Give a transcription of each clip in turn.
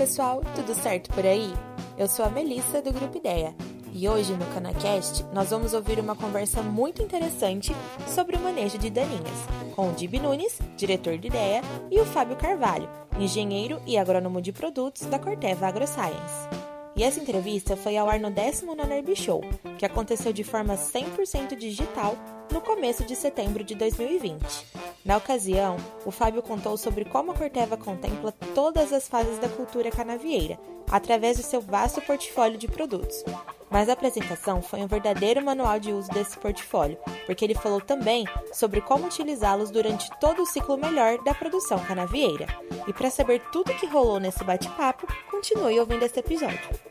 pessoal, tudo certo por aí? Eu sou a Melissa do Grupo Ideia e hoje no CanaCast nós vamos ouvir uma conversa muito interessante sobre o manejo de daninhas com o Dib Nunes, diretor de Ideia, e o Fábio Carvalho, engenheiro e agrônomo de produtos da Corteva AgroScience. E essa entrevista foi ao ar no 19º Herbishow, que aconteceu de forma 100% digital no começo de setembro de 2020. Na ocasião, o Fábio contou sobre como a Corteva contempla todas as fases da cultura canavieira, através do seu vasto portfólio de produtos. Mas a apresentação foi um verdadeiro manual de uso desse portfólio, porque ele falou também sobre como utilizá-los durante todo o ciclo melhor da produção canavieira. E para saber tudo o que rolou nesse bate-papo, continue ouvindo esse episódio.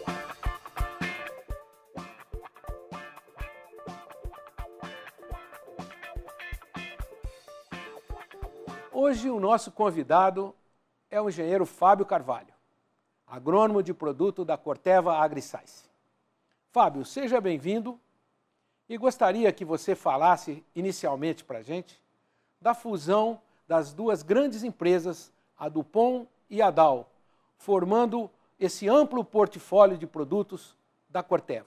Hoje o nosso convidado é o engenheiro Fábio Carvalho, agrônomo de produto da Corteva AgroScience. Fábio, seja bem-vindo e gostaria que você falasse inicialmente para a gente da fusão das duas grandes empresas, a DuPont e a Dow, formando esse amplo portfólio de produtos da Corteva.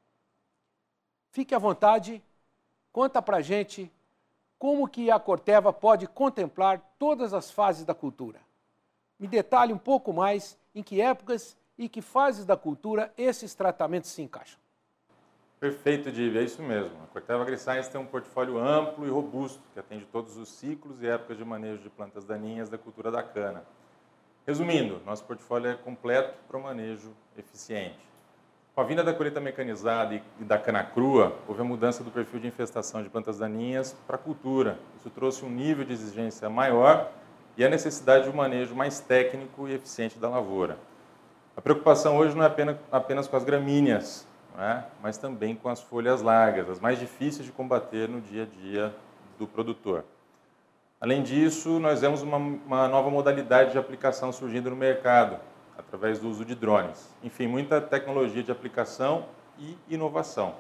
Fique à vontade, conta para a gente como que a Corteva pode contemplar todas as fases da cultura. Me detalhe um pouco mais em que épocas e que fases da cultura esses tratamentos se encaixam. Perfeito, Dib, é isso mesmo. A Corteva AgroScience tem um portfólio amplo e robusto, que atende todos os ciclos e épocas de manejo de plantas daninhas da cultura da cana. Resumindo, nosso portfólio é completo para o manejo eficiente. Com a vinda da colheita mecanizada e da cana crua, houve a mudança do perfil de infestação de plantas daninhas para a cultura. Isso trouxe um nível de exigência maior e a necessidade de um manejo mais técnico e eficiente da lavoura. A preocupação hoje não é apenas com as gramíneas, mas também com as folhas largas, as mais difíceis de combater no dia a dia do produtor. Além disso, nós vemos uma nova modalidade de aplicação surgindo no mercado, através do uso de drones. Enfim, muita tecnologia de aplicação e inovação.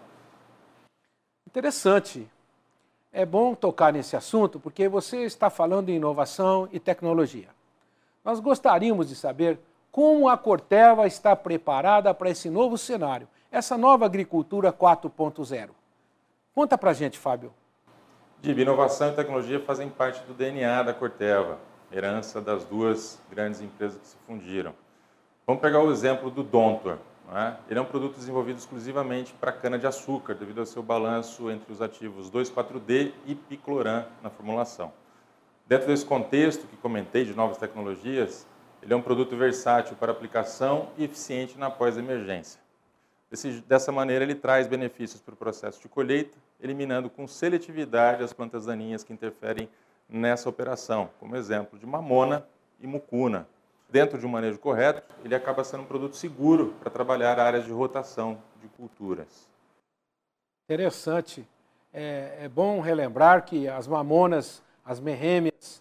Interessante. É bom tocar nesse assunto porque você está falando em inovação e tecnologia. Nós gostaríamos de saber como a Corteva está preparada para esse novo cenário, essa nova agricultura 4.0. Conta pra gente, Fábio. Dib, inovação e tecnologia fazem parte do DNA da Corteva, herança das duas grandes empresas que se fundiram. Vamos pegar o exemplo do Dontor. Ele é um produto desenvolvido exclusivamente para cana-de-açúcar, devido ao seu balanço entre os ativos 2,4-D e picloram na formulação. Dentro desse contexto que comentei de novas tecnologias, ele é um produto versátil para aplicação e eficiente na pós-emergência. Dessa maneira, ele traz benefícios para o processo de colheita, eliminando com seletividade as plantas daninhas que interferem nessa operação, como exemplo de mamona e mucuna. Dentro de um manejo correto, ele acaba sendo um produto seguro para trabalhar áreas de rotação de culturas. Interessante. É bom relembrar que as mamonas, as merrêmias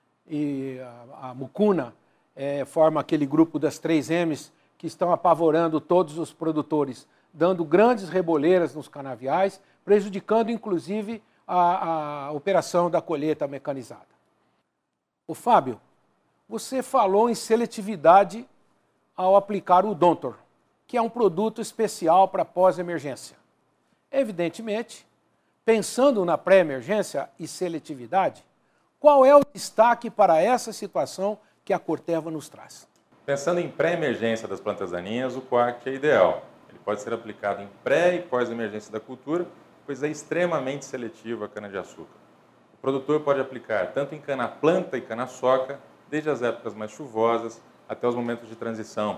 e a mucuna formam aquele grupo das 3 M's que estão apavorando todos os produtores, dando grandes reboleiras nos canaviais, prejudicando inclusive a operação da colheita mecanizada. O Fábio, você falou em seletividade ao aplicar o Dontor, que é um produto especial para pós-emergência. Evidentemente, pensando na pré-emergência e seletividade, qual é o destaque para essa situação que a Corteva nos traz? Pensando em pré-emergência das plantas daninhas, o Coact é ideal. Ele pode ser aplicado em pré- e pós-emergência da cultura, pois é extremamente seletivo a cana-de-açúcar. O produtor pode aplicar tanto em cana-planta e cana-soca, desde as épocas mais chuvosas até os momentos de transição.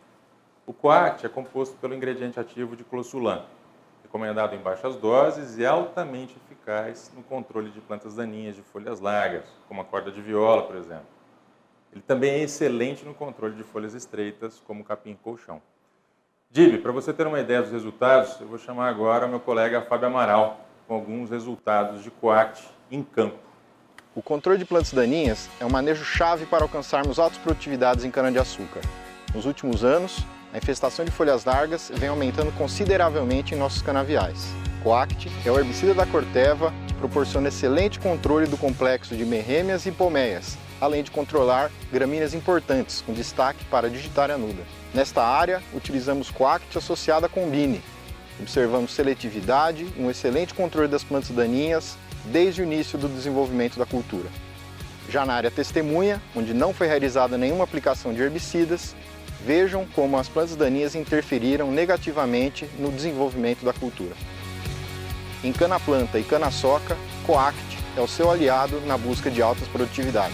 O Coact é composto pelo ingrediente ativo de closulam, recomendado em baixas doses e altamente eficaz no controle de plantas daninhas de folhas largas, como a corda de viola, por exemplo. Ele também é excelente no controle de folhas estreitas, como o capim-colchão. Dib, para você ter uma ideia dos resultados, eu vou chamar agora o meu colega Fábio Amaral, com alguns resultados de Coact em campo. O controle de plantas daninhas é um manejo-chave para alcançarmos altas produtividades em cana-de-açúcar. Nos últimos anos, a infestação de folhas largas vem aumentando consideravelmente em nossos canaviais. Coact é o herbicida da Corteva que proporciona excelente controle do complexo de merrêmias e palmeias, além de controlar gramíneas importantes, com destaque para a Digitária nuda. Nesta área, utilizamos Coact associado a Combine. Observamos seletividade e um excelente controle das plantas daninhas desde o início do desenvolvimento da cultura. Já na área testemunha, onde não foi realizada nenhuma aplicação de herbicidas, vejam como as plantas daninhas interferiram negativamente no desenvolvimento da cultura. Em cana-planta e cana-soca, Coact é o seu aliado na busca de altas produtividades.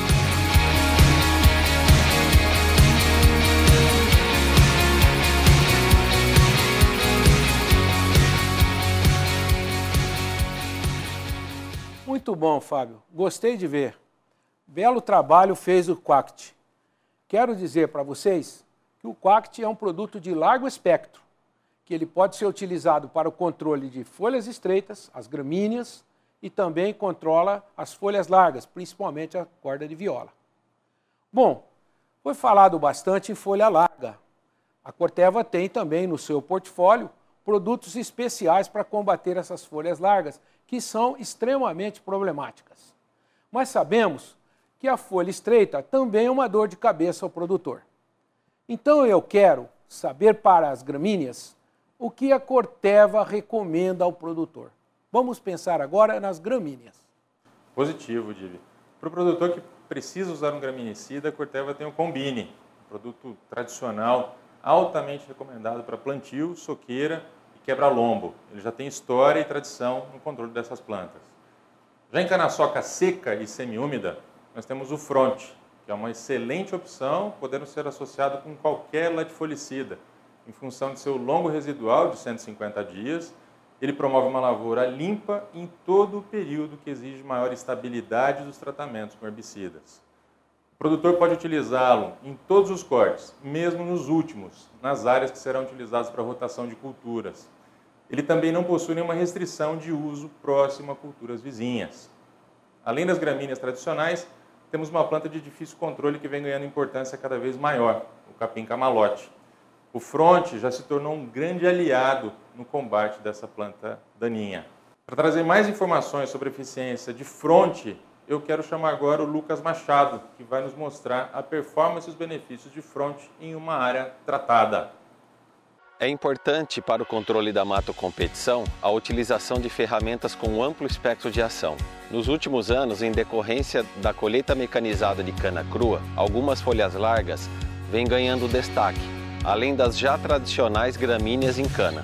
Muito bom, Fábio. Gostei de ver. Belo trabalho fez o Coact. Quero dizer para vocês que o Coact é um produto de largo espectro, que ele pode ser utilizado para o controle de folhas estreitas, as gramíneas, e também controla as folhas largas, principalmente a corda de viola. Bom, foi falado bastante em folha larga. A Corteva tem também no seu portfólio produtos especiais para combater essas folhas largas, que são extremamente problemáticas. Mas sabemos que a folha estreita também é uma dor de cabeça ao produtor. Então eu quero saber para as gramíneas o que a Corteva recomenda ao produtor. Vamos pensar agora nas gramíneas. Positivo, Divi. Para o produtor que precisa usar um graminicida, a Corteva tem o Combine, um produto tradicional, altamente recomendado para plantio, soqueira e quebra-lombo. Ele já tem história e tradição no controle dessas plantas. Já em cana-soca seca e semiúmida, nós temos o Front, que é uma excelente opção, podendo ser associado com qualquer latifolicida. Em função de seu longo residual de 150 dias, ele promove uma lavoura limpa em todo o período que exige maior estabilidade dos tratamentos com herbicidas. O produtor pode utilizá-lo em todos os cortes, mesmo nos últimos, nas áreas que serão utilizadas para rotação de culturas. Ele também não possui nenhuma restrição de uso próximo a culturas vizinhas. Além das gramíneas tradicionais, temos uma planta de difícil controle que vem ganhando importância cada vez maior, o capim-camalote. O Front já se tornou um grande aliado no combate dessa planta daninha. Para trazer mais informações sobre a eficiência de Front, eu quero chamar agora o Lucas Machado, que vai nos mostrar a performance e os benefícios de Front em uma área tratada. É importante para o controle da matocompetição a utilização de ferramentas com amplo espectro de ação. Nos últimos anos, em decorrência da colheita mecanizada de cana crua, algumas folhas largas vêm ganhando destaque, além das já tradicionais gramíneas em cana.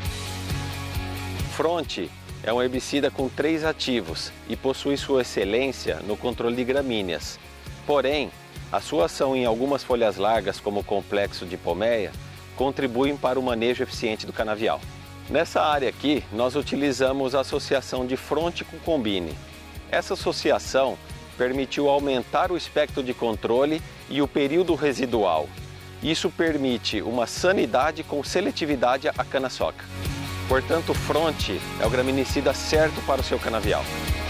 Front é um herbicida com 3 ativos e possui sua excelência no controle de gramíneas. Porém, a sua ação em algumas folhas largas, como o complexo de pomeia, contribuem para o manejo eficiente do canavial. Nessa área aqui, nós utilizamos a associação de Front com Combine. Essa associação permitiu aumentar o espectro de controle e o período residual. Isso permite uma sanidade com seletividade à cana-soca. Portanto, o Front é o graminicida certo para o seu canavial.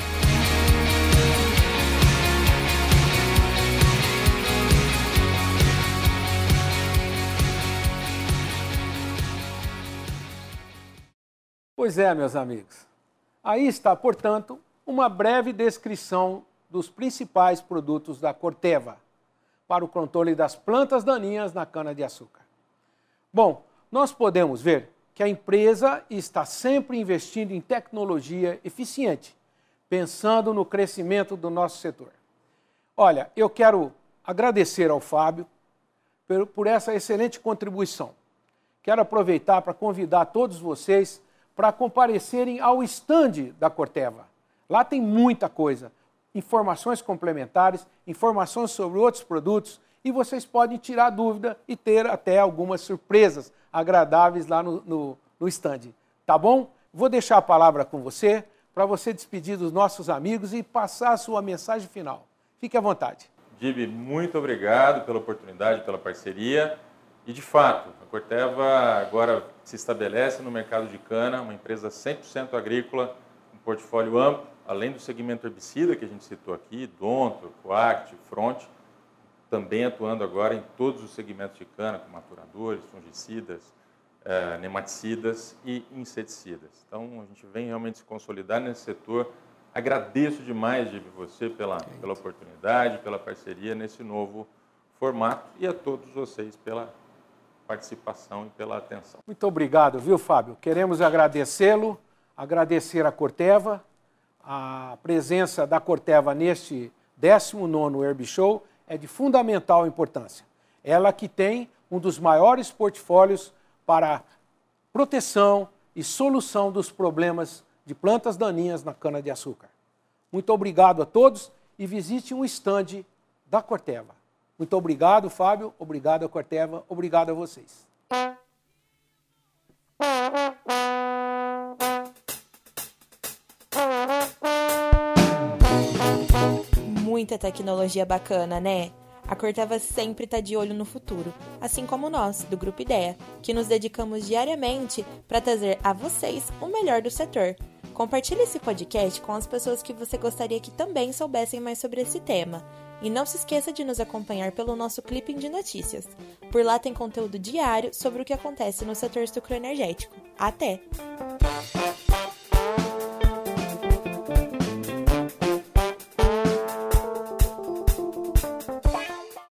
Pois é, meus amigos. Aí está, portanto, uma breve descrição dos principais produtos da Corteva para o controle das plantas daninhas na cana-de-açúcar. Bom, nós podemos ver que a empresa está sempre investindo em tecnologia eficiente, pensando no crescimento do nosso setor. Olha, eu quero agradecer ao Fábio por essa excelente contribuição. Quero aproveitar para convidar todos vocês para comparecerem ao stand da Corteva. Lá tem muita coisa, informações complementares, informações sobre outros produtos, e vocês podem tirar dúvida e ter até algumas surpresas agradáveis lá no stand. Tá bom? Vou deixar a palavra com você, para você despedir dos nossos amigos e passar a sua mensagem final. Fique à vontade. Divi, muito obrigado pela oportunidade, pela parceria. E, de fato, a Corteva agora se estabelece no mercado de cana, uma empresa 100% agrícola, um portfólio amplo, além do segmento herbicida que a gente citou aqui, Dontor, Coact, Front, também atuando agora em todos os segmentos de cana, como maturadores, fungicidas, nematicidas e inseticidas. Então, a gente vem realmente se consolidar nesse setor Agradeço demais, Gibi, você pela oportunidade, pela parceria nesse novo formato e a todos vocês pela participação e pela atenção. Muito obrigado, viu, Fábio? Queremos agradecê-lo, agradecer a Corteva, a presença da Corteva neste 19º Herb Show é de fundamental importância. Ela que tem um dos maiores portfólios para proteção e solução dos problemas de plantas daninhas na cana-de-açúcar. Muito obrigado a todos e visite um stand da Corteva. Muito obrigado, Fábio, obrigado a Corteva, obrigado a vocês. Muita tecnologia bacana, né? A Corteva sempre está de olho no futuro, assim como nós, do Grupo Ideia, que nos dedicamos diariamente para trazer a vocês o melhor do setor. Compartilhe esse podcast com as pessoas que você gostaria que também soubessem mais sobre esse tema. E não se esqueça de nos acompanhar pelo nosso Clipping de Notícias. Por lá tem conteúdo diário sobre o que acontece no setor sucroenergético. Até!